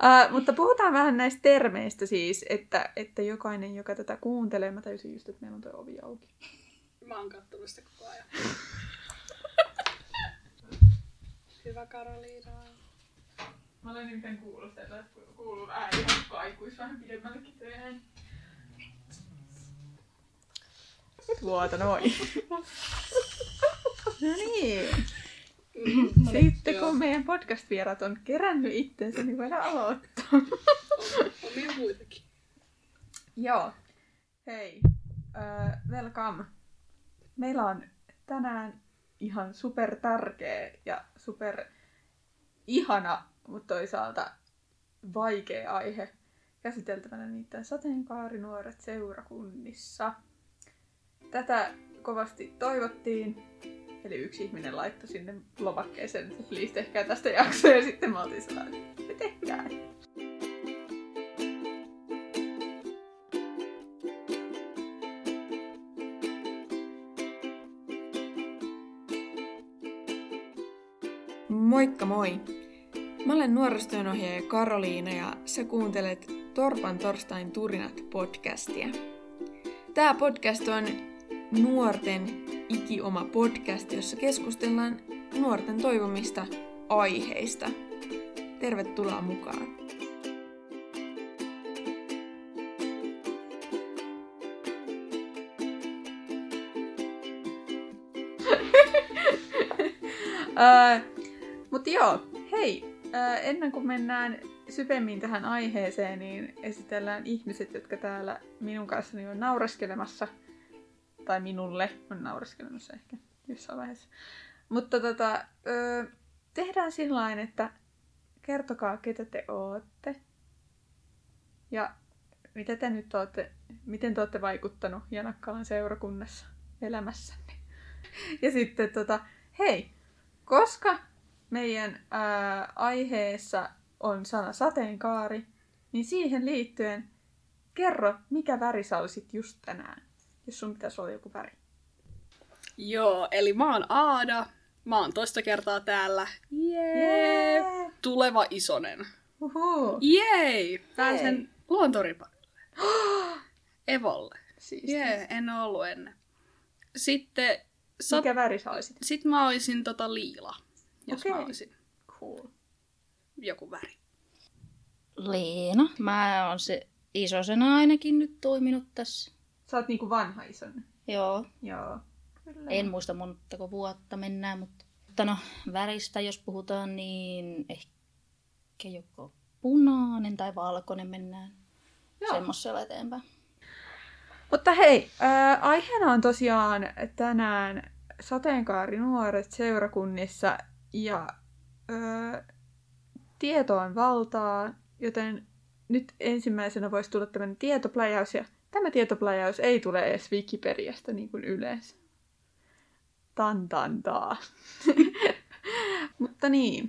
Mutta puhutaan vähän näistä termeistä siis, että jokainen, joka tätä kuuntelee, mä täysin just, että meillä on toi ovi auki. Mä oon kattonut sitä koko ajan. Hyvä Karoliina. Mä olen nimittäin kuullut sitä, että kuuluu ääni, että kaikuisi vähän pidemmällekin toi ääni. Noin. No niin. Sitten kun meidän podcast-vierat on kerännyt itsensä, niin voidaan aloittaa. On niin muitakin. Joo. Hei. Welcome. Meillä on tänään ihan super tärkeä ja super ihana, mutta toisaalta vaikea aihe käsiteltävänä, nimittäin sateenkaarinuoret seurakunnissa. Tätä kovasti toivottiin. Eli yksi ihminen laittoi sinne lomakkeeseen, että please tehkää tästä jaksoa, ja sitten me oltiin sellainen, että me tehdään. Moikka moi! Mä olen nuorisotyönohjaaja Karoliina ja sä kuuntelet Torpan torstain turinat podcastia. Tää podcast on nuorten ikioma podcast, jossa keskustellaan nuorten toivomista aiheista. Tervetuloa mukaan! Mutta joo, hei! Ennen kuin mennään syvemmin tähän aiheeseen, niin esitellään ihmiset, jotka täällä minun kanssani on naureskelemassa. Tai minulle on naureskelemassa ehkä jossain vaiheessa. Mutta tehdään sillain, että kertokaa, ketä te ootte. Ja mitä te nyt ootte, miten te ootte vaikuttanut Janakkalan seurakunnassa elämässänne. Ja sitten hei, koska meidän aiheessa on sana sateenkaari, niin siihen liittyen kerro, mikä väri sä olisit just tänään. Jos sun pitäisi olla joku väri. Joo, eli mä oon Aada. Mä oon toista kertaa täällä. Jee! Yeah. Tuleva isonen. Jei! Pääsen luontoriparille. Evolle. Jee, en oo ollut ennen. Sitten... Mikä väri sä olisit? Sitten mä olisin liila. Jos mä olisin. Cool. Joku väri. Leena. Mä oon se isosena ainakin nyt toiminut tässä. Sä oot niinku vanha isonen. Joo. Joo. Kyllä. En muista montako vuotta mennään, mutta no, väristä jos puhutaan, niin ehkä joko punainen tai valkoinen mennään. Semmoisella eteenpäin. Mutta hei, aiheena on tosiaan tänään sateenkaarinuoret seurakunnissa ja tieto on valtaa, joten nyt ensimmäisenä voisi tulla tämmöinen tietopläjäys ja tämä tietopläjäys ei tule edes Wikipediasta niin kuin yleensä. Tantantaa. Mutta niin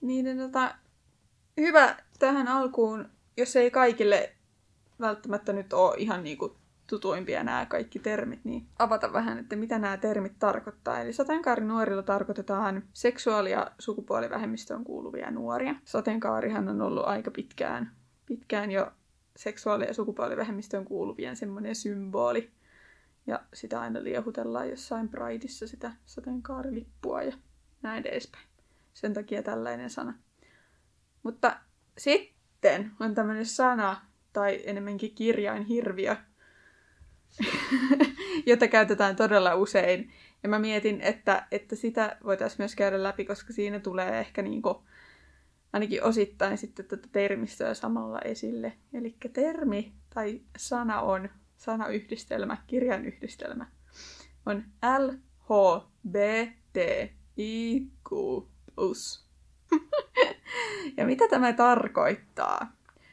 hyvä tähän alkuun, jos ei kaikille välttämättä nyt ole ihan niinku tutuimpia nämä kaikki termit, niin avata vähän, että mitä nämä termit tarkoittaa. Eli sateenkaarinuorilla tarkoitetaan seksuaali- ja sukupuolivähemmistöön kuuluvia nuoria. Sateenkaarihan on ollut aika pitkään jo seksuaali- ja sukupuolivähemmistöön kuuluvien semmoinen symboli. Ja sitä aina liehutellaan jossain Prideissa sitä sateenkaarilippua ja näin edespäin. Sen takia tällainen sana. Mutta sitten on tämmöinen sana, tai enemmänkin kirjainhirviö, jota käytetään todella usein. Ja mä mietin, että sitä voitaisiin myös käydä läpi, koska siinä tulee ehkä niinku, ainakin osittain sitten tätä termistöä samalla esille. Eli termi tai sana on sanayhdistelmä, kirjainyhdistelmä, on LHBTIQ+. Ja mitä tämä tarkoittaa?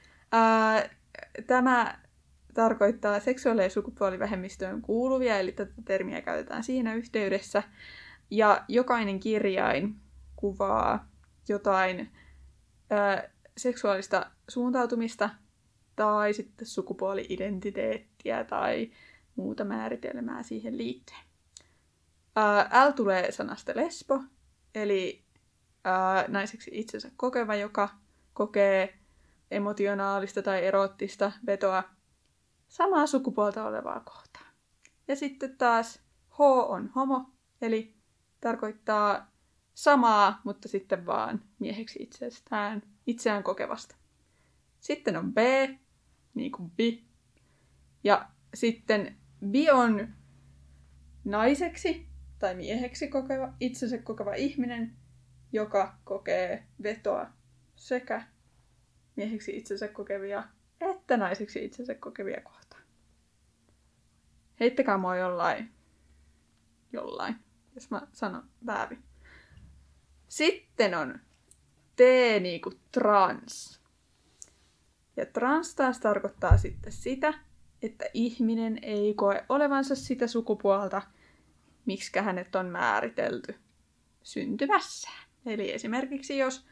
Tämä tarkoittaa seksuaali- ja sukupuolivähemmistöön kuuluvia, eli tätä termiä käytetään siinä yhteydessä. Ja jokainen kirjain kuvaa jotain seksuaalista suuntautumista tai sitten sukupuoli-identiteettiä tai muuta määritelmää siihen liittyen. L tulee sanasta lesbo, eli naiseksi itsensä kokeva, joka kokee, emotionaalista tai eroottista vetoa samaa sukupuolta olevaa kohtaan. Ja sitten taas H on homo, eli tarkoittaa samaa, mutta sitten vaan mieheksi itseään kokevasta. Sitten on B, niin kuin bi. Ja sitten bi on naiseksi tai mieheksi itsensä kokeva ihminen, joka kokee vetoa sekä mieheksi itsensä kokevia että naiseksi itsensä kokevia kohtaan. Heittäkää mua jollain, jos mä sanon väärin. Sitten on T niinku trans. Ja trans taas tarkoittaa sitten sitä, että ihminen ei koe olevansa sitä sukupuolta, miksikä hänet on määritelty syntymässään. Eli esimerkiksi jos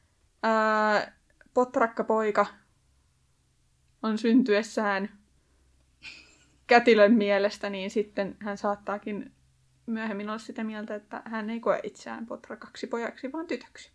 potrakka poika on syntyessään kätilön mielestä, niin sitten hän saattaakin myöhemmin olla sitä mieltä, että hän ei koe itseään potrakaksi pojaksi, vaan tytöksi.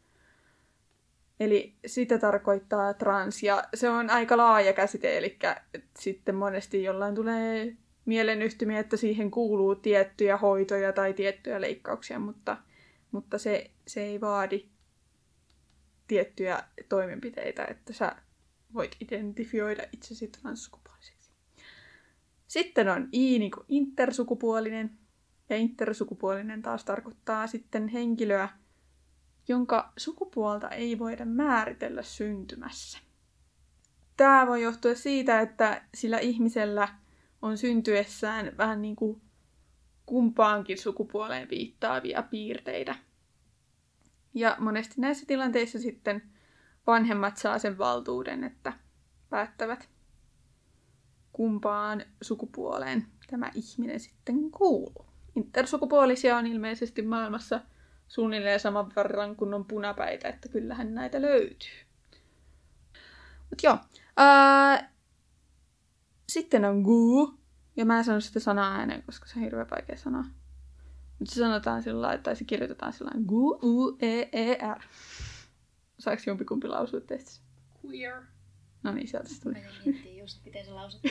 Eli sitä tarkoittaa trans, ja se on aika laaja käsite, eli sitten monesti jollain tulee mielenyhtymiä, että siihen kuuluu tiettyjä hoitoja tai tiettyjä leikkauksia, mutta se ei vaadi tiettyjä toimenpiteitä, että sä voit identifioida itsesi transsukupuoliseksi. Sitten on I niin kuin intersukupuolinen, ja intersukupuolinen taas tarkoittaa sitten henkilöä, jonka sukupuolta ei voida määritellä syntymässä. Tämä voi johtua siitä, että sillä ihmisellä on syntyessään vähän niin kuin kumpaankin sukupuoleen viittaavia piirteitä. Ja monesti näissä tilanteissa sitten vanhemmat saa sen valtuuden, että päättävät kumpaan sukupuoleen tämä ihminen sitten kuuluu. Intersukupuolisia on ilmeisesti maailmassa suunnilleen saman verran kuin on punapäitä, että kyllähän näitä löytyy. Mut joo. Sitten on gu. Ja mä en sano sitä sanaa ääneen, koska se on hirveän vaikea sana. Mutta se sanotaan sillä lailla, tai se kirjoitetaan sillä lailla gu, u, e, r. Saanko jompikumpi lausua teistä? Queer. No niin, sieltä se tuli. Mä miettii just, miten se lausuttaa.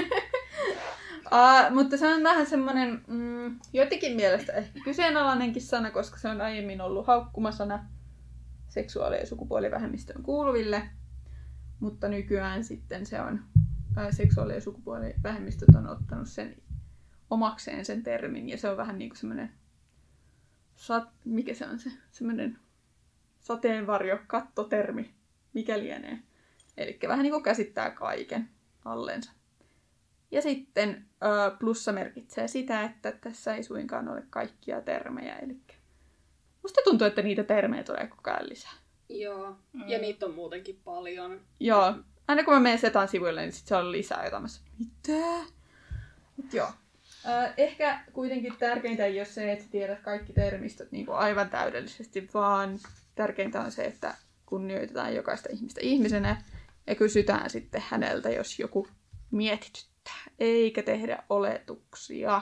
Mutta se on vähän semmoinen jotenkin mielestä ehkä kyseenalainenkin sana, koska se on aiemmin ollut haukkumasana seksuaali- ja sukupuolivähemmistöön kuuluville. Mutta nykyään sitten se on seksuaali- ja sukupuolivähemmistöt on ottanut sen omakseen sen termin. Ja se on vähän niin kuin semmoinen, mikä se on se? Semmoinen sateenvarjo, kattotermi, mikä lienee. Eli vähän niin kuin käsittää kaiken allensa. Ja sitten plussa merkitsee sitä, että tässä ei suinkaan ole kaikkia termejä. Eli musta tuntuu, että niitä termejä tulee koko ajan lisää. Joo, ja niitä on muutenkin paljon. Joo, aina kun mä menen Setan sivuille, niin sit se on lisää jotain. Mitä? Mut joo. Ehkä kuitenkin tärkeintä ei ole se, että tiedät kaikki termistöt niin kuin aivan täydellisesti, vaan tärkeintä on se, että kunnioitetaan jokaista ihmistä ihmisenä ja kysytään sitten häneltä, jos joku mietityttää, eikä tehdä oletuksia.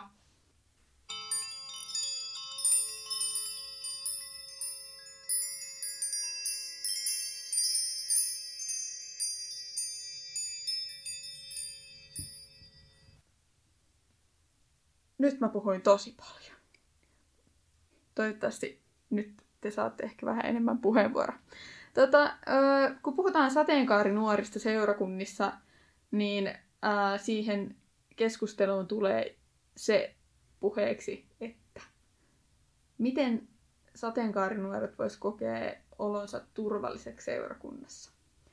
Nyt mä puhuin tosi paljon. Toivottavasti nyt te saatte ehkä vähän enemmän puheenvuoroa. Kun puhutaan sateenkaarinuorista seurakunnissa, niin siihen keskusteluun tulee se puheeksi, että miten sateenkaarinuoret vois kokea olonsa turvalliseksi seurakunnassa.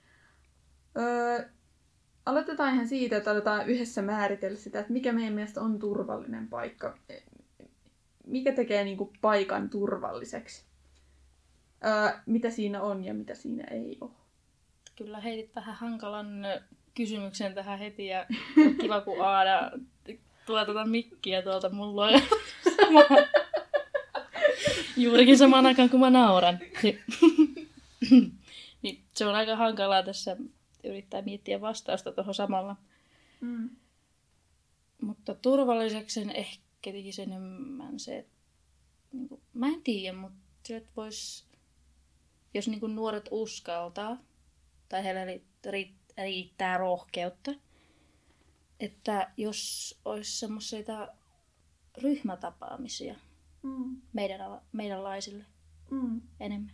Aloitetaan ihan siitä, että aletaan yhdessä määritellä sitä, että mikä meidän mielestä on turvallinen paikka. Mikä tekee niinku paikan turvalliseksi. Mitä siinä on ja mitä siinä ei ole. Kyllä heitit vähän hankalan kysymyksen tähän heti ja kiva kun Aada tulee mikkiä tuolta mulla juurikin samaan aikaan kun mä nauran. Niin, se on aika hankalaa tässä yrittää miettiä vastausta tuohon samalla. Mutta turvalliseksi ehkä tekisi enemmän se, että mä en tiedä, mutta se, että vois, jos nuoret uskaltaa tai heillä riittää rohkeutta, että jos olisi semmoisia ryhmätapaamisia meidänlaisille enemmän.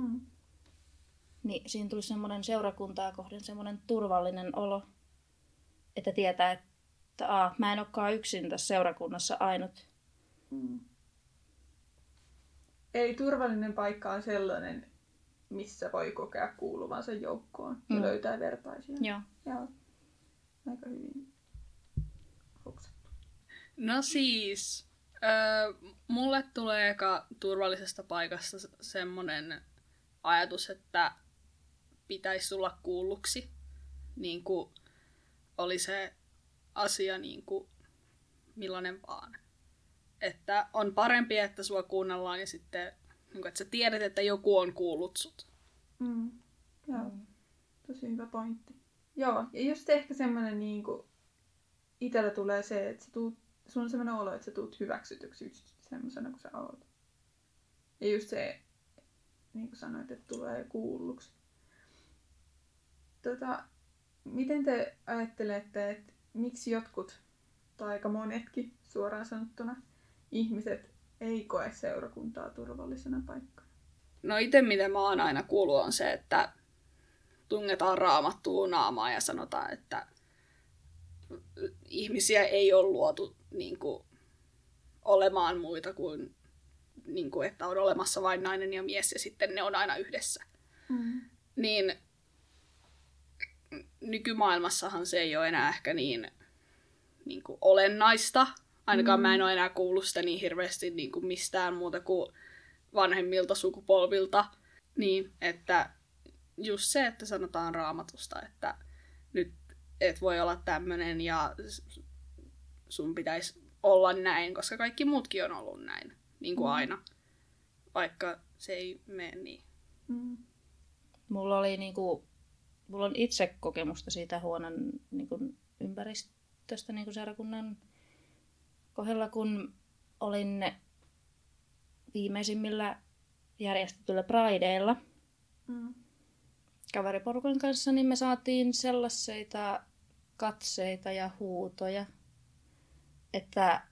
Niin siinä tuli semmoinen seurakuntaa kohden semmoinen turvallinen olo, että tietää, että mä en olekaan yksin tässä seurakunnassa ainut. Eli turvallinen paikka on sellainen, missä voi kokea kuuluvansa joukkoon ja löytää vertaisia. Joo. Aika hyvin hoksattu. No siis, mulle tulee eka turvallisesta paikasta semmonen ajatus, että pitäisi tulla kuulluksi. Niin kuin oli se asia niin kuin millainen vaan. Että on parempi, että sua kuunnellaan ja sitten, niin kuin, että sä tiedät, että joku on kuullut sut. Joo, tosi hyvä pointti. Joo, ja just ehkä semmoinen niin kuin itsellä tulee se, että sun on semmoinen olo, että sä tuut hyväksytyksi just semmoisena kuin sä oot. Ja just se, niin kuin sanoit, että tulee kuulluksi. Miten te ajattelette, että miksi jotkut, tai aika monetkin suoraan sanottuna, ihmiset ei koe seurakuntaa turvallisena paikkana? No itse mitä mä oon aina kuullut on se, että tungetaan Raamattuun naamaan ja sanotaan, että ihmisiä ei ole luotu niin kuin, olemaan muita kuin, niin kuin, että on olemassa vain nainen ja mies ja sitten ne on aina yhdessä. Niin nykymaailmassahan se ei ole enää ehkä niin kuin olennaista. Ainakaan mä en ole enää kuullut sitä niin hirveästi niin kuin mistään muuta kuin vanhemmilta sukupolvilta. Niin, että just se, että sanotaan Raamatusta, että nyt et voi olla tämmönen ja sun pitäisi olla näin, koska kaikki muutkin on ollut näin, niin kuin aina. Vaikka se ei mene niin. Mulla on itse kokemusta siitä huonon ympäristöstä seurakunnan kohdalla, kun olin viimeisimmillä järjestetyillä Prideilla kaveriporukan kanssa, niin me saatiin sellaisia katseita ja huutoja, että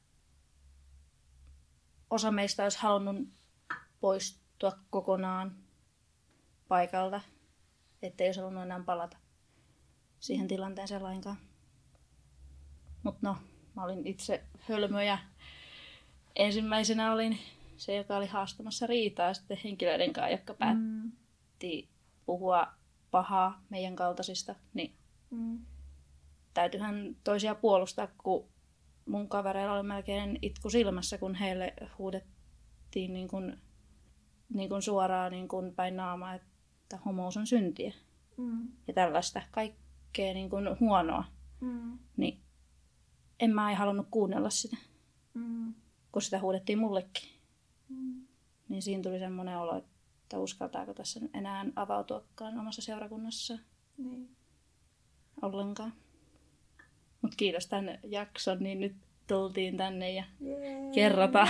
osa meistä olisi halunnut poistua kokonaan paikalta, ettei olisi halunnut enää palata siihen tilanteeseen lainkaan. Mutta no, mä olin itse hölmö ja ensimmäisenä olin se, joka oli haastamassa riitaa sitten henkilöiden kanssa, jotka päätti puhua pahaa meidän kaltaisista. Niin täytyyhän toisia puolustaa, kun mun kavereilla oli melkein itku silmässä, kun heille huudettiin niin kuin suoraan niin kuin päin naamaa, että homous on syntiä. Ja tällaista kaikkea niin kuin huonoa. Niin en mä halunnut kuunnella sitä, kun sitä huudettiin mullekin. Niin siinä tuli semmoinen olo, että uskaltaako tässä enää avautuakaan omassa seurakunnassa ollenkaan. Mutta kiitos tämän jakson, niin nyt tultiin tänne ja kerrotaan.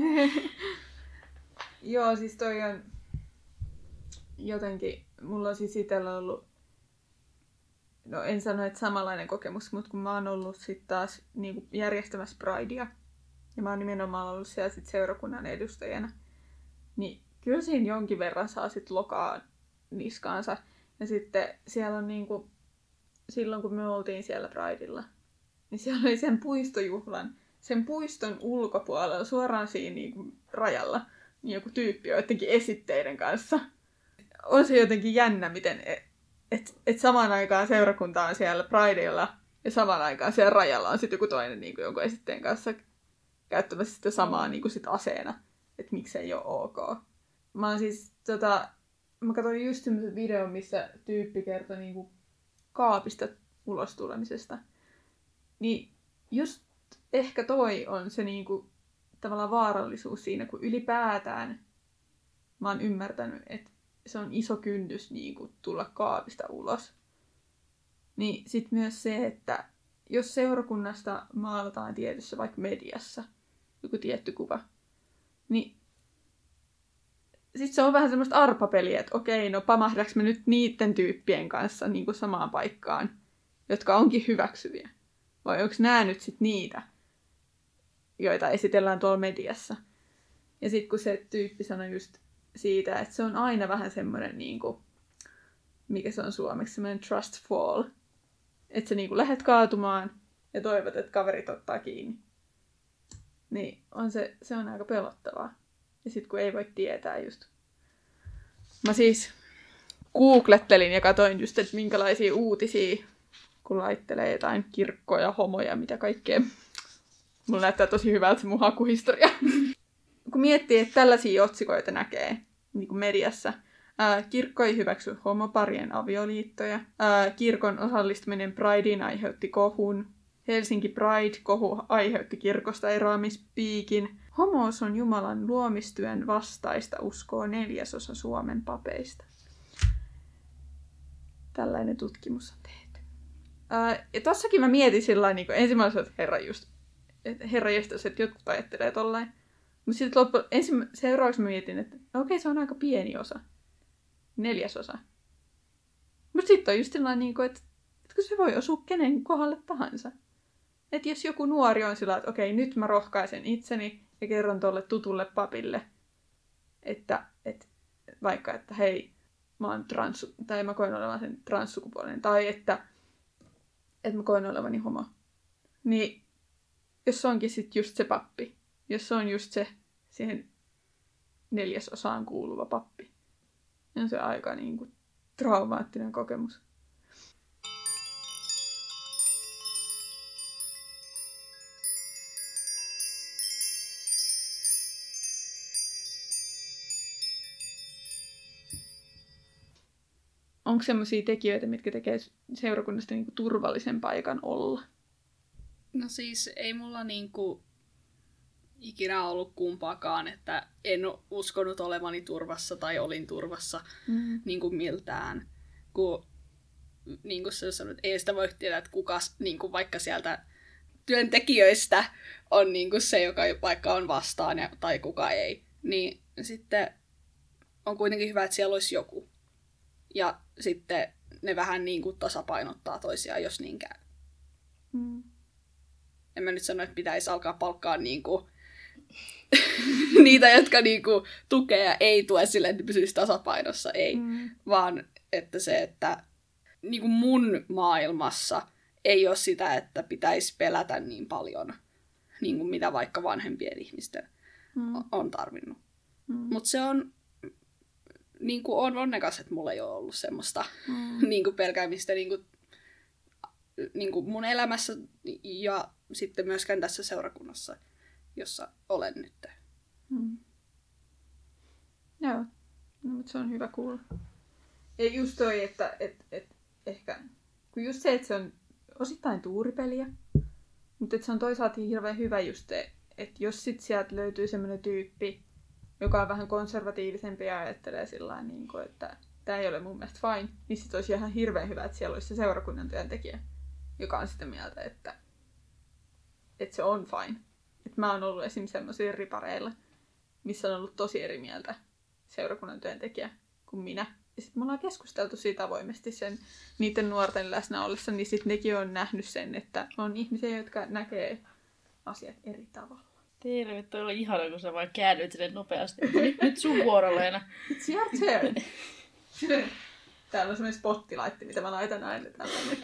Joo, siis toi on jotenkin, mulla on siis itsellä ollut, no en sano, että samanlainen kokemus, mutta kun mä oon ollut sit taas niin järjestämässä Pridea, ja mä oon nimenomaan ollut siellä sit seurakunnan edustajana, niin kyllä siinä jonkin verran saa sit lokaa niskaansa. Ja sitten siellä on niinku, silloin kun me oltiin siellä Pridella, niin siellä oli sen puiston ulkopuolella, suoraan siinä niinku rajalla, niin joku tyyppi on jotenkin esitteiden kanssa. On se jotenkin jännä, miten et samaan aikaan seurakunta on siellä Pridella ja samaan aikaan siellä rajalla on sitten joku toinen niin jonkun esitteen kanssa käyttämässä sitä samaa niin sit aseena. Että miksei ole ok. Mä oon siis mä katsoin just semmoisen videon, missä tyyppi kertoi niin kaapista ulos tulemisesta. Niin just ehkä toi on se niin kuin, tavallaan vaarallisuus siinä, kun ylipäätään mä oon ymmärtänyt, että se on iso kynnys niin kuin, tulla kaapista ulos. Niin sit myös se, että jos seurakunnasta maalataan tietyssä vaikka mediassa joku tietty kuva, niin sit se on vähän semmoista arpapeliä, että okei, no pamahdaks me nyt niiden tyyppien kanssa niin kuin samaan paikkaan, jotka onkin hyväksyviä. Vai onko nämä nyt sit niitä, joita esitellään tuolla mediassa. Ja sitten kun se tyyppi sanoi just siitä, että se on aina vähän semmoinen, niin kuin, mikä se on suomeksi, semmoinen trust fall. Että sä niin kuin lähdet kaatumaan ja toivot, että kaverit ottaa kiinni. Niin se on aika pelottavaa. Ja sitten kun ei voi tietää just. Mä siis googlettelin ja katsoin just, että minkälaisia uutisia, kun laittelee jotain kirkkoja, homoja, mitä kaikkea. Mulla näyttää tosi hyvältä se mun hakuhistoria. Kun miettii, että tällaisia otsikoita näkee niin kuin mediassa. Kirkko ei hyväksy homoparien avioliittoja. Kirkon osallistuminen Prideen aiheutti kohun. Helsinki Pride-kohu aiheutti kirkosta eroamispiikin. Homous on Jumalan luomistyön vastaista, uskoo 1/4 Suomen papeista. Tällainen tutkimus on tehty. Ja tossakin mä mietin sillä niin ensimmäisenä, että herra jestas, että jotkut ajattelee tollain. Mutta sitten seuraavaksi mä mietin, että okei, se on aika pieni osa. 1/4. Mutta sitten on just sellainen, että kun se voi osua kenen kohdalle tahansa. Että jos joku nuori on sillä, että okei, nyt mä rohkaisen itseni ja kerron tolle tutulle papille, että vaikka, että hei, mä oon tai mä koen olevan sen transsukupuolinen, tai että mä koen olevani homo. Niin jos se onkin sit just se pappi, jos se on just se siihen 1/4 kuuluva pappi, niin on se aika niinku traumaattinen kokemus. Onko semmoisia tekijöitä, mitkä tekee seurakunnasta niinku turvallisen paikan olla? No siis ei mulla niinku ikinä ollut kumpaakaan, että en uskonut olevani turvassa tai olin turvassa niinku miltään. Kun niinku se sanoo, ei sitä voi tietää, että kuka niinku vaikka sieltä työntekijöistä on niinku se, joka vaikka on vastaan tai kuka ei. Niin sitten on kuitenkin hyvä, että siellä olisi joku. Ja sitten ne vähän niin kuin tasapainottaa toisiaan, jos niin käy. En mä nyt sano, että pitäisi alkaa palkkaa niin kuin niitä, jotka niin kuin tukee ja ei tue silleen, että pysyisi tasapainossa. Ei. Vaan että se, että niin kuin mun maailmassa ei ole sitä, että pitäisi pelätä niin paljon, niin kuin mitä vaikka vanhempien ihmisten on tarvinnut. Mutta se on niin kuin on onnekas, että mulla ei ole ollut semmoista niin kuin pelkäämistä niin kuin mun elämässä ja sitten myöskään tässä seurakunnassa, jossa olen nyt. Joo, no, mutta se on hyvä kuulla. Ja just toi, että ehkä, kun just se, että se on osittain tuuripeliä, mutta että se on toisaalta hirveän hyvä just se, että jos sit sieltä löytyy semmoinen tyyppi, joka on vähän konservatiivisempi ja ajattelee sillä niin kuin, että tämä ei ole mun mielestä fine, niin sit olisi ihan hirveän hyvä, että siellä olisi se seurakunnan työntekijä, joka on sitä mieltä, että se on fine. Että mä oon ollut esimerkiksi sellaisilla ripareilla, missä on ollut tosi eri mieltä seurakunnan työntekijä kuin minä. Ja sitten me ollaan keskusteltu siitä avoimesti niiden nuorten läsnä ollessa, niin sitten nekin on nähnyt sen, että on ihmisiä, jotka näkee asiat eri tavalla. Terve, toi oli ihana, kun sä vaan käännyit sinne nopeasti. Nyt sun vuoro, Leena. It's your turn. Täällä on semmoinen spottilaitti, mitä mä laitan aina tällainen.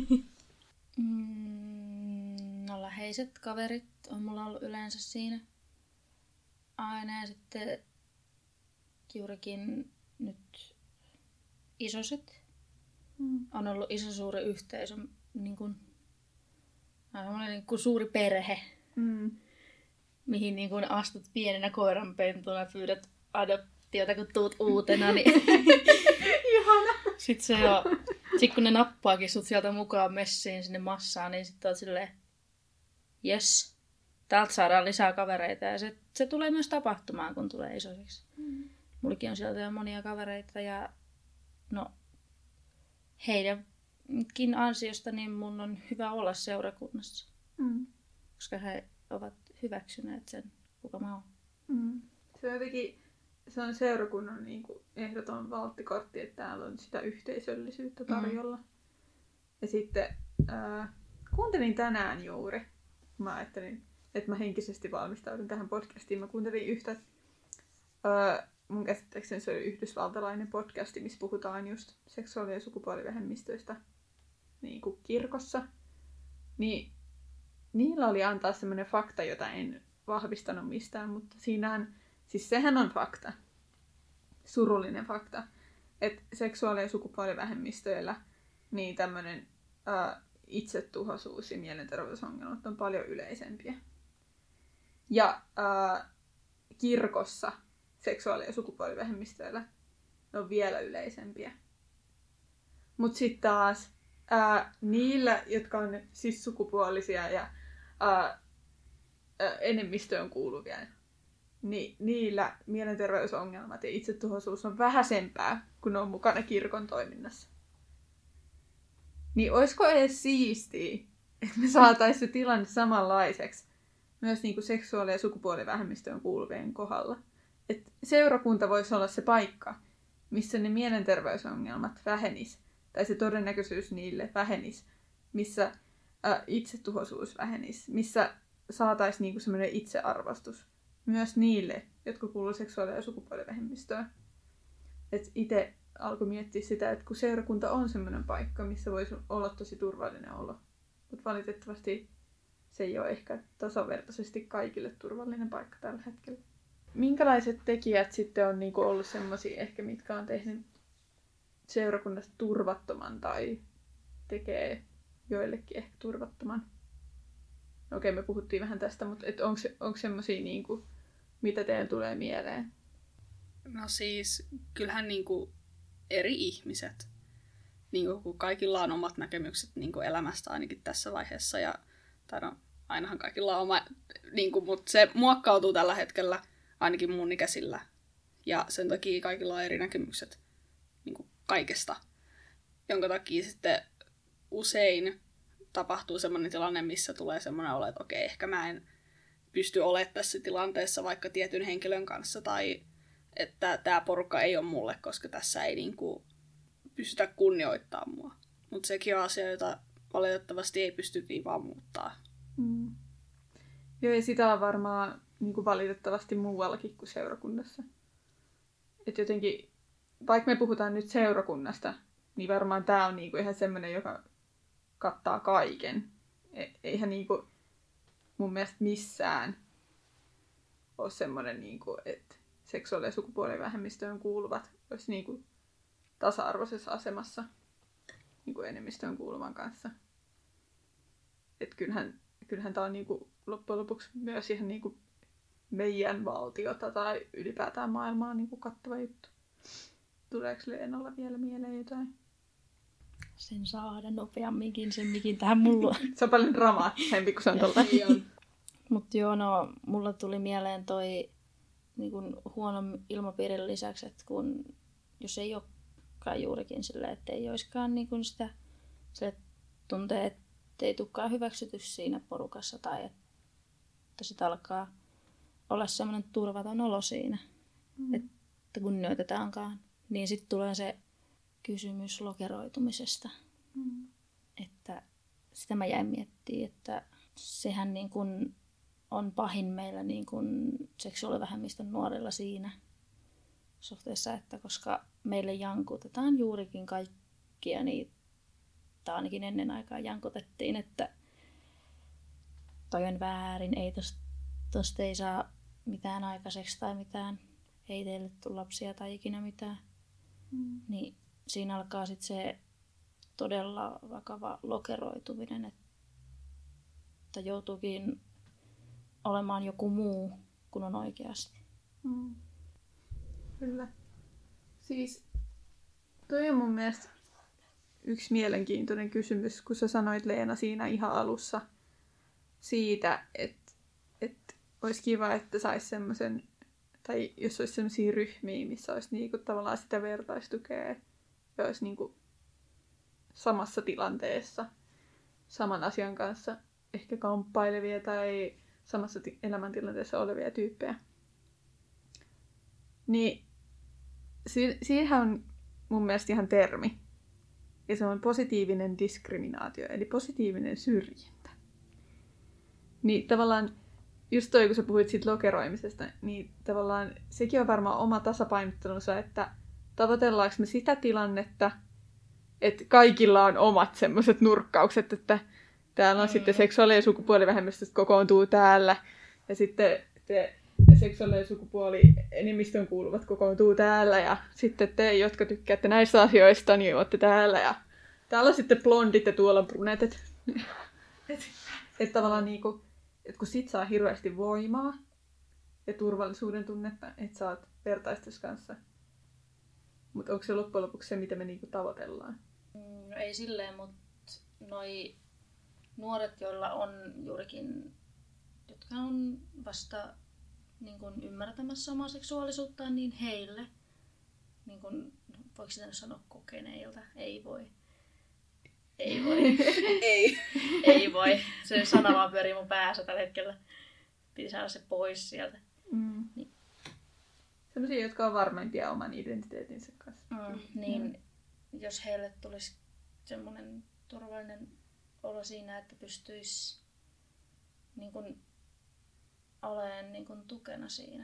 No läheiset kaverit on mulla ollut yleensä siinä aina. Ja sitten juurikin nyt isoset. On ollut iso suuri yhteisö, niin kuin suuri perhe. Mihin niin kun astut pienenä koiranpentuna, pyydät adoptiota, kun tuut uutena, niin ihana. Sitten kun ne nappaakin sut sieltä mukaan messiin sinne massaan, niin sitten oot silleen, jes, täältä saadaan lisää kavereita. Ja se tulee myös tapahtumaan, kun tulee isoisiksi. Mullakin on sieltä jo monia kavereita ja no heidänkin ansiosta niin mun on hyvä olla seurakunnassa. Koska he ovat hyväksyneet sen, kuka mä oon. Se on jotenkin se on seurakunnan niin kuin ehdoton valttikortti, että täällä on sitä yhteisöllisyyttä tarjolla. Ja sitten kuuntelin tänään juuri, mä ajattelin, että mä henkisesti valmistaudun tähän podcastiin. Mä kuuntelin yhtä, mun käsittääkseni se oli yhdysvaltalainen podcasti, missä puhutaan just seksuaali- ja sukupuolivähemmistöistä niin kuin kirkossa. Niin niillä oli antaa semmoinen fakta, jota en vahvistanut mistään, mutta siinähän, siis sehän on fakta, surullinen fakta, että seksuaali- ja sukupuolivähemmistöillä niin tämmöinen itsetuhoisuus ja mielenterveysongelmat on paljon yleisempiä. Ja kirkossa seksuaali- ja sukupuolivähemmistöillä ne on vielä yleisempiä. Mutta sitten taas niillä, jotka on siis sukupuolisia ja enemmistöön kuuluvia, niin niillä mielenterveysongelmat ja itsetuhoisuus on vähäisempää, kun ne on mukana kirkon toiminnassa. Niin olisiko edes siistiä, että me saataisiin se tilanne samanlaiseksi myös niin kuin seksuaali- ja sukupuolivähemmistöön kuuluvien kohdalla. Että seurakunta voisi olla se paikka, missä ne mielenterveysongelmat vähenis, tai se todennäköisyys niille vähenis, missä itsetuhoisuus vähenis, missä saataisiin niin kuin semmoinen itsearvostus myös niille, jotka kuuluu seksuaali- ja sukupuolivähemmistöön. Et itse alkoi miettiä sitä, että kun seurakunta on semmoinen paikka, missä voisi olla tosi turvallinen olo. Mutta valitettavasti se ei ole ehkä tasavertaisesti kaikille turvallinen paikka tällä hetkellä. Minkälaiset tekijät sitten on niinku ollut semmoisia ehkä, mitkä on tehnyt seurakunnasta turvattoman tai tekee joillekin ehkä turvattoman? Okei, me puhuttiin vähän tästä, mutta onko semmoisia, niinku, mitä teidän tulee mieleen? No siis, kyllähän niinku eri ihmiset, niinku, kun kaikilla on omat näkemykset niinku elämästä ainakin tässä vaiheessa, tai no, ainahan kaikilla on oma, niinku, mutta se muokkautuu tällä hetkellä ainakin mun ikäisillä. Ja sen takia kaikilla on eri näkemykset niinku kaikesta, jonka takia sitten usein tapahtuu semmoinen tilanne, missä tulee semmoinen olo, että okei, ehkä mä en pysty olemaan tässä tilanteessa vaikka tietyn henkilön kanssa, tai että tämä porukka ei ole mulle, koska tässä ei niinku pystytä kunnioittamaan mua. Mutta sekin on asia, jota valitettavasti ei pysty vaan muuttaa. Mm. Joo, ja sitä on varmaan niinku valitettavasti muuallakin kuin seurakunnassa. Et jotenkin, vaikka me puhutaan nyt seurakunnasta, niin varmaan tämä on niinku ihan semmoinen, joka kattaa kaiken. Eihän niinku mun mielestä missään ole semmoinen, niinku, että seksuaali- ja sukupuolivähemmistöön kuuluvat olisi niinku tasa-arvoisessa asemassa niinku enemmistöön kuuluvan kanssa. Et kyllähän tämä on niinku loppujen lopuksi myös ihan niinku meidän valtiota tai ylipäätään maailmaa niinku kattava juttu. Tuleeko Leenalla vielä mieleen jotain? Sen saada nopeamminkin sen mikin tähän mulla. Se on paljon dramaattisempi kuin se on tuolta. Mutta joo, no mulla tuli mieleen toi niin kun huonon ilmapiirin lisäksi, että kun jos ei olekaan juurikin silleen, että ei olisikaan niin kun sitä tuntee, että ei tulekaan hyväksytys siinä porukassa tai että sitten alkaa olla semmoinen turvaton olo siinä, että kunnioitetaankaan, niin sitten tulee se kysymys lokeroitumisesta. Että sitä mä jäin miettimään, että sehän niin kun on pahin meillä niin kun seksuaalivähemmistön nuorilla siinä suhteessa, että koska meille jankutetaan juurikin kaikkia niitä, tai ainakin ennen aikaa jankutettiin, että toi on väärin, ei tosta ei saa mitään aikaiseksi tai mitään, ei teille tule lapsia tai ikinä mitään. Niin siinä alkaa sitten se todella vakava lokeroituminen, että joutuukin olemaan joku muu kuin on oikeasti. Kyllä. Siis toi on mun mielestä yksi mielenkiintoinen kysymys, kun sä sanoit Leena siinä ihan alussa siitä, että olisi kiva, että saisi semmoisen, tai jos olisi semmoisia ryhmiä, missä olisi niinku tavallaan sitä vertaistukea ja olisi niinku samassa tilanteessa saman asian kanssa ehkä kamppailevia tai samassa elämäntilanteessa olevia tyyppejä. Niin siihen on mun mielestä ihan termi. Ja se on positiivinen diskriminaatio, eli positiivinen syrjintä. Niin tavallaan, just toi kun sä puhuit siitä lokeroimisesta, niin tavallaan sekin on varmaan oma tasapainottelunsa, että tavoitellaanko me sitä tilannetta, että kaikilla on omat semmoiset nurkkaukset, että täällä on sitten seksuaali- ja sukupuolivähemmistöt kokoontuu täällä, ja sitten seksuaali- ja sukupuoli-enemmistön kuuluvat kokoontuu täällä, ja sitten te, jotka tykkäätte näistä asioista, niin olette täällä, ja täällä on sitten blondit ja tuolla on brunetet. Että tavallaan niinku, että kun sit saa hirveästi voimaa ja turvallisuuden tunnetta, että sä oot vertaistus kanssa. Mutta onko se loppujen lopuksi se, mitä me niinku tavoitellaan? No ei silleen, mutta noi nuoret, joilla on juurikin, jotka on vasta niin kun ymmärtämässä omaa seksuaalisuuttaan, niin heille, niin kun, voiko sitä sanoa kokeneilta? Ei voi. Ei voi. Ei voi. Se sana vaan pyörii mun päässä tällä hetkellä. Piti saada se pois sieltä. Niin. Sellaisia, jotka on varmempia oman identiteetinsä kanssa. Niin, jos heille tulisi semmoinen turvallinen olo siinä, että pystyisi niin kun olemaan niin kun tukena siinä.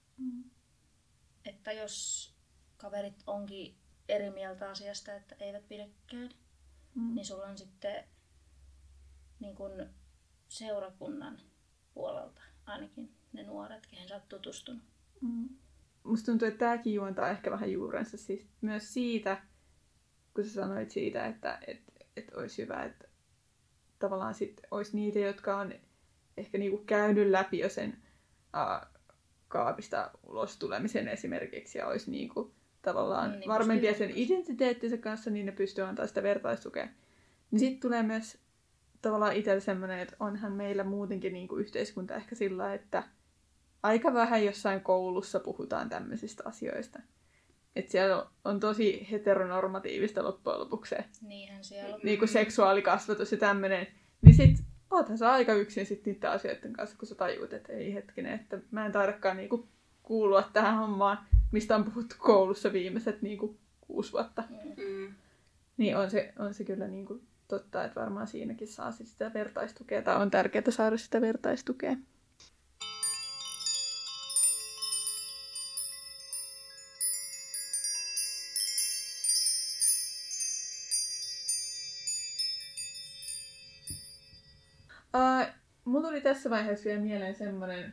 Että jos kaverit onkin eri mieltä asiasta, että eivät pidäkään, niin sulla on sitten niin kun seurakunnan puolelta ainakin ne nuoret, kehen sä oot tutustunut. Musta tuntuu, että tämäkin juontaa ehkä vähän juurensa siis myös siitä, kun sä sanoit siitä, että olisi hyvä, että tavallaan sit olisi niitä, jotka on ehkä niinku käynyt läpi jo sen kaapista ulos tulemisen esimerkiksi ja olisi niinku tavallaan niin, varmempia sen identiteettinsä kanssa, niin ne pystyy antamaan sitä vertaistukea. Niin sitten tulee myös tavallaan itsellä semmoinen, että onhan meillä muutenkin niinku yhteiskunta ehkä sillä, että aika vähän jossain koulussa puhutaan tämmöisistä asioista. Että siellä on tosi heteronormatiivista loppujen lopuksi se niinku seksuaalikasvatus ja tämmöinen. Niin sit oothan sä aika yksin sit niiden asioiden kanssa, kun sä tajuut, että ei hetkinen, että mä en taidakaan niinku kuulua tähän hommaan, mistä on puhuttu koulussa viimeiset niinku 6 vuotta. Niin on se kyllä niinku totta, että varmaan siinäkin saa sitä vertaistukea, tai on tärkeää saada sitä vertaistukea. Mulla tuli tässä vaiheessa vielä mieleen semmoinen,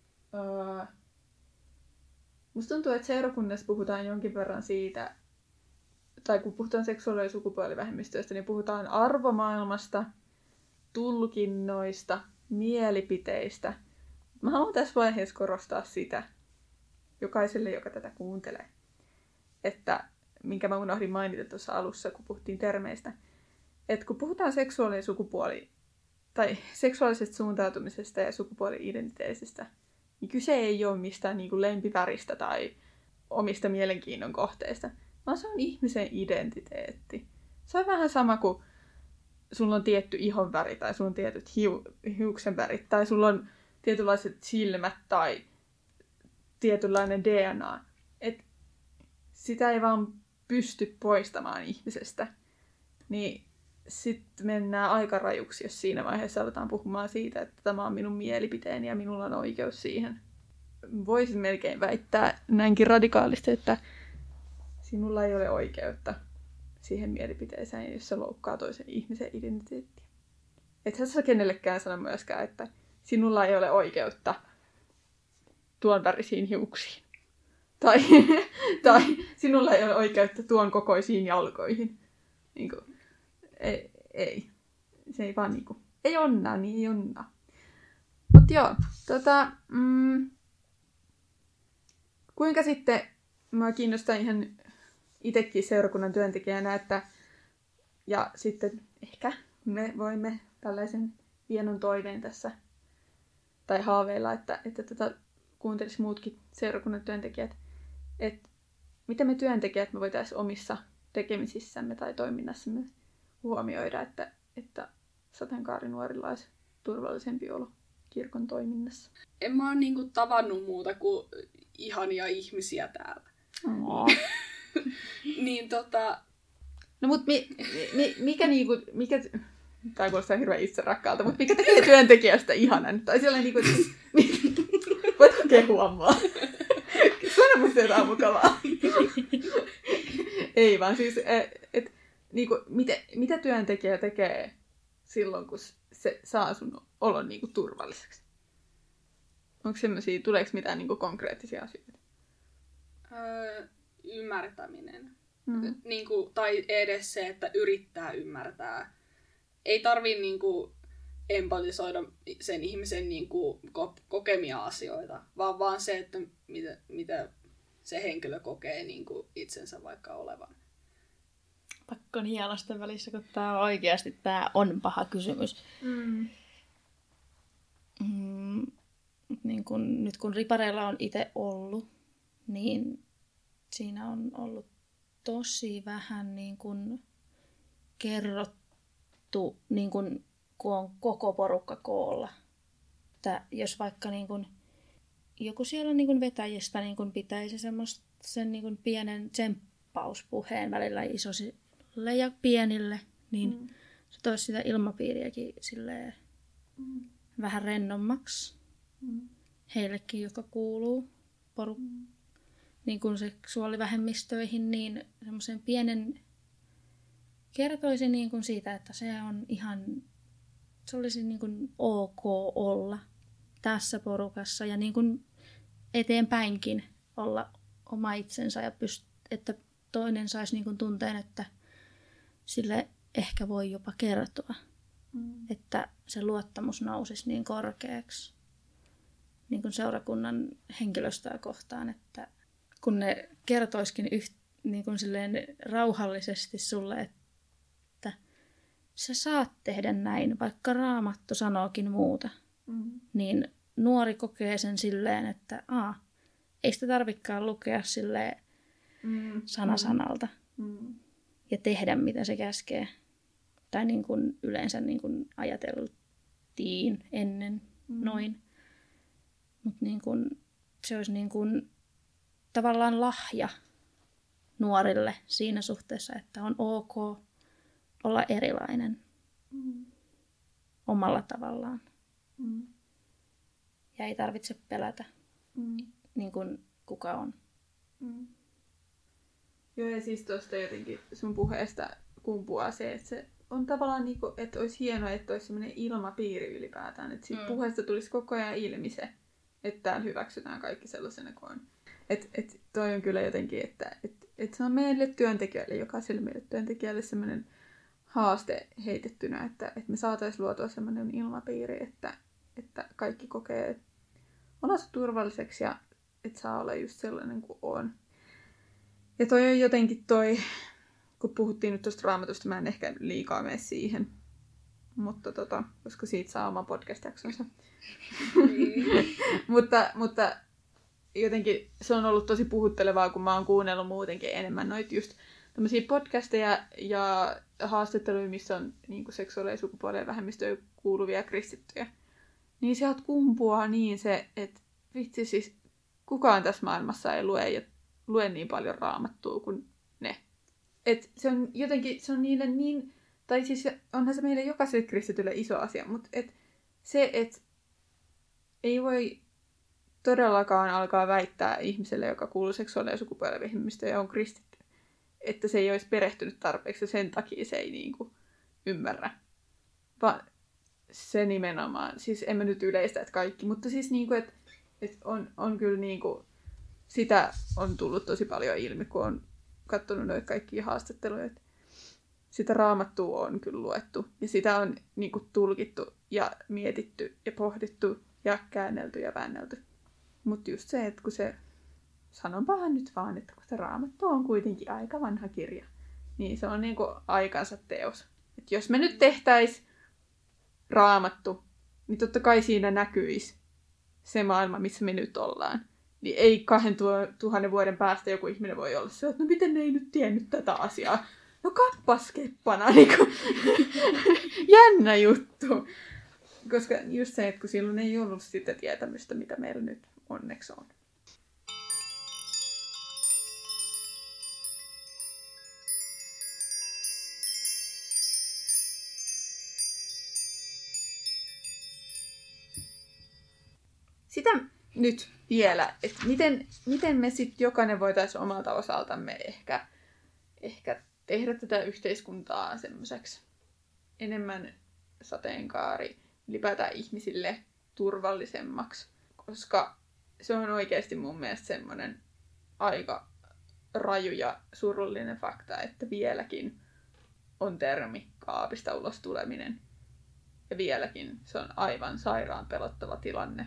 musta tuntuu, että seurakunnassa puhutaan jonkin verran siitä, tai kun puhutaan seksuaali- ja sukupuolivähemmistöistä, niin puhutaan arvomaailmasta, tulkinnoista, mielipiteistä. Mä haluan tässä vaiheessa korostaa sitä jokaiselle, joka tätä kuuntelee, että minkä mä unohdin mainita tuossa alussa, kun puhuttiin termeistä, että kun puhutaan seksuaali- ja tai seksuaalisesta suuntautumisesta ja sukupuoli-identiteetistä, niin kyse ei ole mistään niin kuin lempiväristä tai omista mielenkiinnon kohteista, vaan se on ihmisen identiteetti. Se on vähän sama kuin sulla on tietty ihonväri tai sulla on tietyt hiuksen värit tai sulla on tietynlaiset silmät tai tietynlainen DNA. Et sitä ei vaan pysty poistamaan ihmisestä. Niin sitten mennään aika rajuksi, jos siinä vaiheessa aletaan puhumaan siitä, että tämä on minun mielipiteeni ja minulla on oikeus siihen. Voisin melkein väittää näinkin radikaalisti, että sinulla ei ole oikeutta siihen mielipiteeseen, jos se loukkaa toisen ihmisen identiteettiä. Ethän sä kenellekään sano myöskään, että sinulla ei ole oikeutta tuon värisiin hiuksiin. Tai sinulla ei ole oikeutta tuon kokoisiin jalkoihin. Niin kuin, ei. Se ei vaan niinku, ei onnaa, niin ei onnaa. Mut joo, kuinka sitten, mä kiinnostaa ihan itekin seurakunnan työntekijänä, ja sitten ehkä me voimme tällaisen hienon toiveen tässä, tai haaveilla, että kuuntelisi muutkin seurakunnan työntekijät, että mitä me työntekijät me voitaisiin omissa tekemisissämme tai toiminnassamme huomioida, että sateenkaarinuorilla olisi turvallisempi olo. kirkon toiminnassa. En mä ole tavannut muuta kuin ihania ihmisiä täällä. Niin No mut mikä tää kuulostaa hirveän itserakkaalta, mutta mikä tekee työntekijästä ihanan? Tai sellainen voitko kehua mua? Sano musta jotain mukavaa. Ei vaan siis, mitä työntekijä tekee silloin, kun se saa sun olon turvalliseksi? Onko semmosia, tuleeko mitään konkreettisia asioita? Ymmärtäminen. Tai edes se, että yrittää ymmärtää. Ei tarvii empatisoida sen ihmisen kokemia asioita, vaan se, että mitä se henkilö kokee itsensä vaikka olevan. Pakko nielasta välissä, kun tää on paha kysymys. Nyt kun ripareilla on itse ollut, niin siinä on ollut tosi vähän kerrottu, kun on koko porukka koolla. Että jos vaikka joku siellä vetäjistä pitäisi sen pienen tsemppauspuheen välillä isoille ja pienille, niin se toisi sitä ilmapiiriäkin silleen vähän rennommaksi heillekin, joka kuuluu seksuaalivähemmistöihin, niin semmoisen pienen kertoisi siitä, että se on ihan, se olisi ok olla tässä porukassa ja eteenpäinkin olla oma itsensä ja että toinen saisi tunteen, että sille ehkä voi jopa kertoa, että se luottamus nousisi niin korkeaksi seurakunnan henkilöstöä kohtaan, että kun ne kertoisikin rauhallisesti sulle, että sä saat tehdä näin, vaikka Raamattu sanookin muuta, niin nuori kokee sen silleen, että ei sitä tarvikaan lukea silleen sana sanalta ja tehdä mitä se käskee. Tai yleensä ajateltiin ennen noin. Mutta se olisi tavallaan lahja nuorille siinä suhteessa, että on ok olla erilainen omalla tavallaan. Ja ei tarvitse pelätä kuka on. Joo, ja siis tuosta jotenkin sun puheesta kumpuaa se, että se on tavallaan että olisi hienoa, että olisi sellainen ilmapiiri ylipäätään. Että siitä puheesta tulisi koko ajan ilmi se, että täällä hyväksytään kaikki sellaisena kuin on. Että toi on kyllä jotenkin, että se on meille työntekijöille, jokaiselle meille työntekijälle sellainen haaste heitettynä, että me saataisiin luotua sellainen ilmapiiri, että kaikki kokee olonsa turvalliseksi ja että saa olla just sellainen kuin on. Ja toi on jotenkin kun puhuttiin nyt tuosta Raamatusta, mä en ehkä liikaa mene siihen, mutta koska siitä saa oma podcast-jaksonsa. mutta jotenkin se on ollut tosi puhuttelevaa, kun mä oon kuunnellut muutenkin enemmän noita just tämmöisiä podcasteja ja haastatteluja, missä on seksuaali- ja sukupuoleen vähemmistöön kuuluvia kristittyjä. Niin sieltä kumpuaa niin se, että vitsi siis kukaan tässä maailmassa ei lue niin paljon Raamattua kuin ne. Et se on jotenkin, se on niille niin, tai siis onhan se meille jokaiselle kristitylle iso asia, mutta se, että ei voi todellakaan alkaa väittää ihmiselle, joka kuuluu seksuaali- ja sukupuoleen vähemmistöön ja on kristitty, että se ei olisi perehtynyt tarpeeksi ja sen takia se ei ymmärrä. Vaan se nimenomaan, siis en mä nyt yleistä, että kaikki, mutta siis että on kyllä sitä on tullut tosi paljon ilmi, kun on katsonut noita kaikkia haastatteluja, että sitä Raamattua on kyllä luettu ja sitä on tulkittu ja mietitty ja pohdittu ja käännelty ja väännelty. Mutta just se, että kun se, sanonpahan nyt vaan, että kun se Raamattu on kuitenkin aika vanha kirja, niin se on aikansa teos. Et jos me nyt tehtäis Raamattu, niin totta kai siinä näkyisi se maailma, missä me nyt ollaan. Niin ei 2000 vuoden päästä joku ihminen voi olla se, että no miten ne ei nyt tiennyt tätä asiaa. No kappas keppana, jännä juttu. Koska just se, että kun silloin ei ollut sitä tietämystä, mitä meillä nyt onneksi on. Sitä nyt vielä, että miten me sitten jokainen voitaisiin omalta osaltamme ehkä tehdä tätä yhteiskuntaa semmoiseksi enemmän sateenkaari, ylipäätään ihmisille turvallisemmaksi, koska se on oikeasti mun mielestä semmoinen aika raju ja surullinen fakta, että vieläkin on termi kaapista ulos tuleminen. Ja vieläkin se on aivan sairaan pelottava tilanne.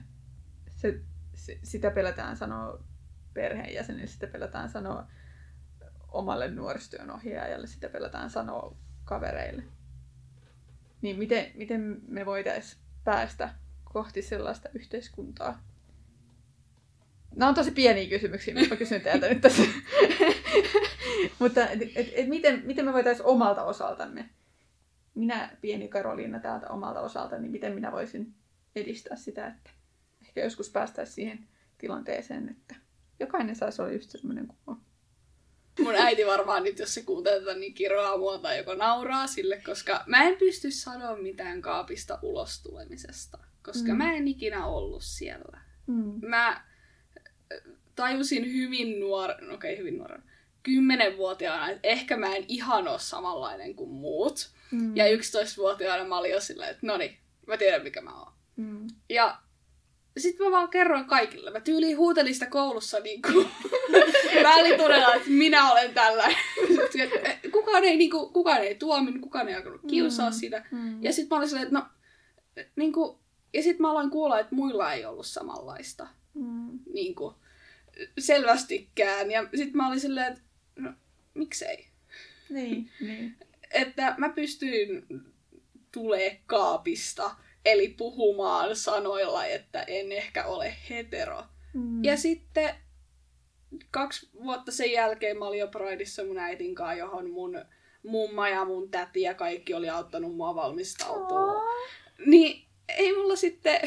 Sitä pelätään sanoa perheenjäsenille, sitä pelätään sanoa omalle nuorisotyön ohjaajalle, sitä pelätään sanoa kavereille. Niin miten me voitaisiin päästä kohti sellaista yhteiskuntaa? Nämä on tosi pieniä kysymyksiä, mitä mä kysyn teiltä nyt tässä. Mutta miten me voitaisiin omalta osaltamme, minä pieni Karoliina täältä omalta osaltani, niin miten minä voisin edistää sitä, että ehkä joskus päästäisiin siihen tilanteeseen, että jokainen saisi olla just semmoinen kuin on. Mun äiti varmaan nyt, jos se kuuntelee tätä, niin kiroaa mua tai joko nauraa sille, koska mä en pysty sanoa mitään kaapista ulos tulemisesta, koska mä en ikinä ollut siellä. Mä tajusin hyvin nuorena, 10-vuotiaana, että ehkä mä en ihan ole samanlainen kuin muut. Ja 11-vuotiaana mä olin jo silleen, että noniin, mä tiedän mikä mä oon. Ja sitten mä vaan kerroin kaikille. Mä tyyliin huutelin sitä koulussa niinku välitunnella, että minä olen tällainen. Kukaan ei tuominut, kukaan ei alkanut kiusaa sitä. Ja sitten mä olin silleen, että ja sitten mä aloin kuulla, että muilla ei ollut samanlaista. Niinku, selvästikään. Ja sitten mä olin silleen, että no, miksei? Niin. Että mä pystyin tulee kaapista. Eli puhumaan sanoilla, että en ehkä ole hetero. Ja sitten 2 vuotta sen jälkeen mä olin jo Prideissa mun äitin kanssa, johon mun mumma ja mun täti ja kaikki oli auttanut mua valmistautua. Niin ei mulla sitten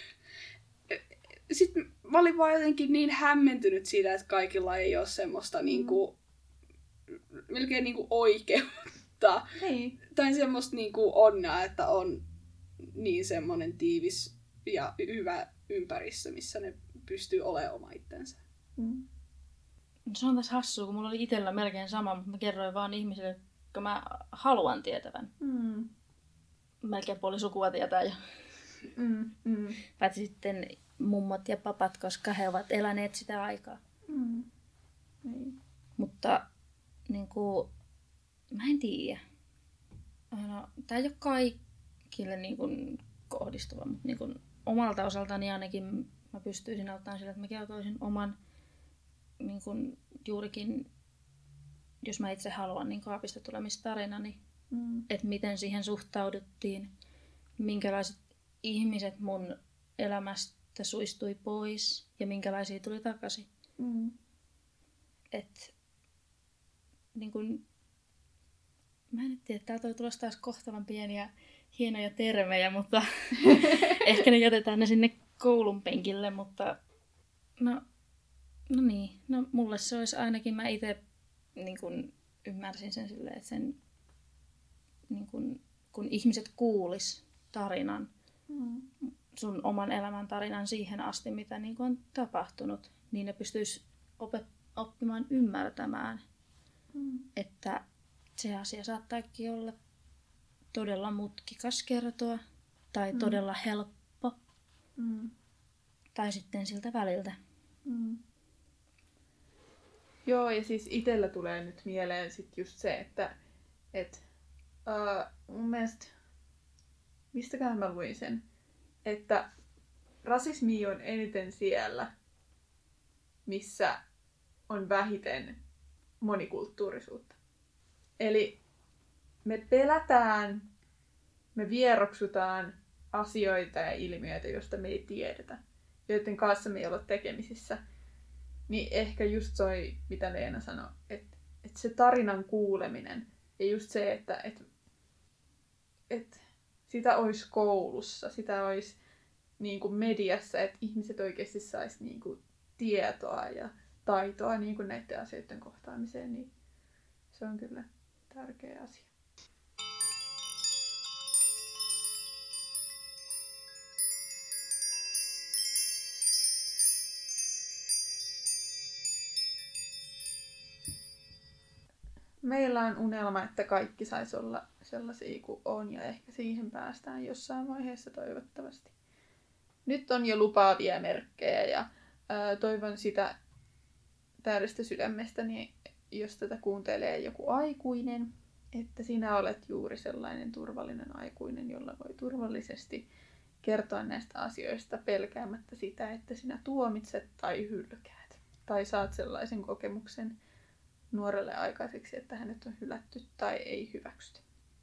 mä olin vaan jotenkin niin hämmentynyt siitä, että kaikilla ei ole semmoista niinku, melkein niinku oikeutta. Hei. Tai semmoista niinku onnea, että on niin semmoinen tiivis ja hyvä ympäristö, missä ne pystyy olemaan oma itsensä. Se on tässä hassua, kun mulla oli itsellä melkein sama, mutta mä kerroin vaan ihmisille, jotka mä haluan tietävän. Melkein puoli sukua tietää jo. Paitsi sitten mummot ja papat, koska he ovat eläneet sitä aikaa. Mutta niinku, mä en tiedä. No, tää ei ole kaikille niin kuin kohdistuva, mutta niin kuin omalta osaltani ainakin mä pystyisin auttamaan sillä, että mä kertoisin oman niin kuin juurikin, jos mä itse haluan, niin kaapista tulemistarinani, että miten siihen suhtauduttiin, minkälaiset ihmiset mun elämästä suistui pois ja minkälaisia tuli takaisin. Että niin kuin, mä en tiedä, täältä voi tulla taas kohtavan pieniä hienoja termejä, mutta ehkä ne jätetään ne sinne koulun penkille, mutta no mulle se olisi ainakin, mä itse niin kun ymmärsin sen silleen, että sen, niin kun ihmiset kuulis tarinan, sun oman elämän tarinan siihen asti, mitä niin kun on tapahtunut, niin ne pystyis oppimaan ymmärtämään, että se asia saattaakin olla todella mutkikas kertoa tai todella helppo tai sitten siltä väliltä. Joo, ja siis itsellä tulee nyt mieleen sit just se, että mun mielestä, mistäkään mä luin sen, että rasismi on eniten siellä, missä on vähiten monikulttuurisuutta. Eli me pelätään, me vieroksutaan asioita ja ilmiöitä, joista me ei tiedetä, joiden kanssa me ei ole tekemisissä. Niin ehkä just toi, mitä Leena sanoi, että se tarinan kuuleminen ja just se, että sitä olisi koulussa, sitä olisi niin kuin mediassa, että ihmiset oikeasti saisi niin kuin tietoa ja taitoa niin kuin näiden asioiden kohtaamiseen, niin se on kyllä tärkeä asia. Meillä on unelma, että kaikki saisi olla sellaisia kuin on, ja ehkä siihen päästään jossain vaiheessa toivottavasti. Nyt on jo lupaavia merkkejä, ja toivon sitä täydestä sydämestäni, jos tätä kuuntelee joku aikuinen, että sinä olet juuri sellainen turvallinen aikuinen, jolla voi turvallisesti kertoa näistä asioista pelkäämättä sitä, että sinä tuomitset tai hylkäät. Tai saat sellaisen kokemuksen nuorelle aikaiseksi, että hänet on hylätty tai ei hyväksytä.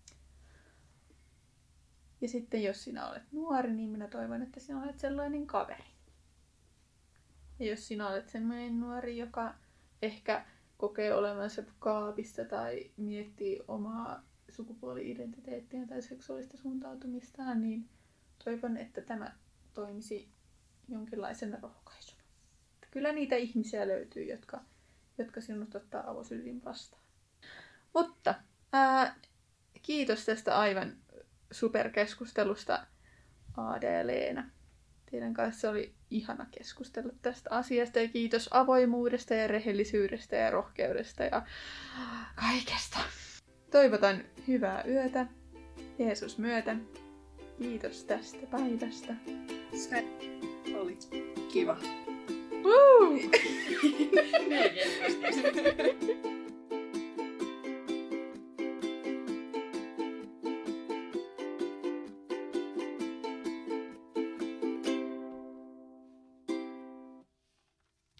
Ja sitten jos sinä olet nuori, niin minä toivon, että sinä olet sellainen kaveri. Ja jos sinä olet sellainen nuori, joka ehkä kokee olevansa kaapissa tai miettii omaa sukupuoli-identiteettiä tai seksuaalista suuntautumistaan, niin toivon, että tämä toimisi jonkinlaisena rohkaisuna. Että kyllä niitä ihmisiä löytyy, jotka sinut ottaa avosylin vastaan. Mutta kiitos tästä aivan superkeskustelusta, Aada ja Leena. Teidän kanssa oli ihana keskustella tästä asiasta ja kiitos avoimuudesta ja rehellisyydestä ja rohkeudesta ja kaikesta. Toivotan hyvää yötä, Jeesus myöten. Kiitos tästä päivästä. Se oli kiva. Woo! Melkein.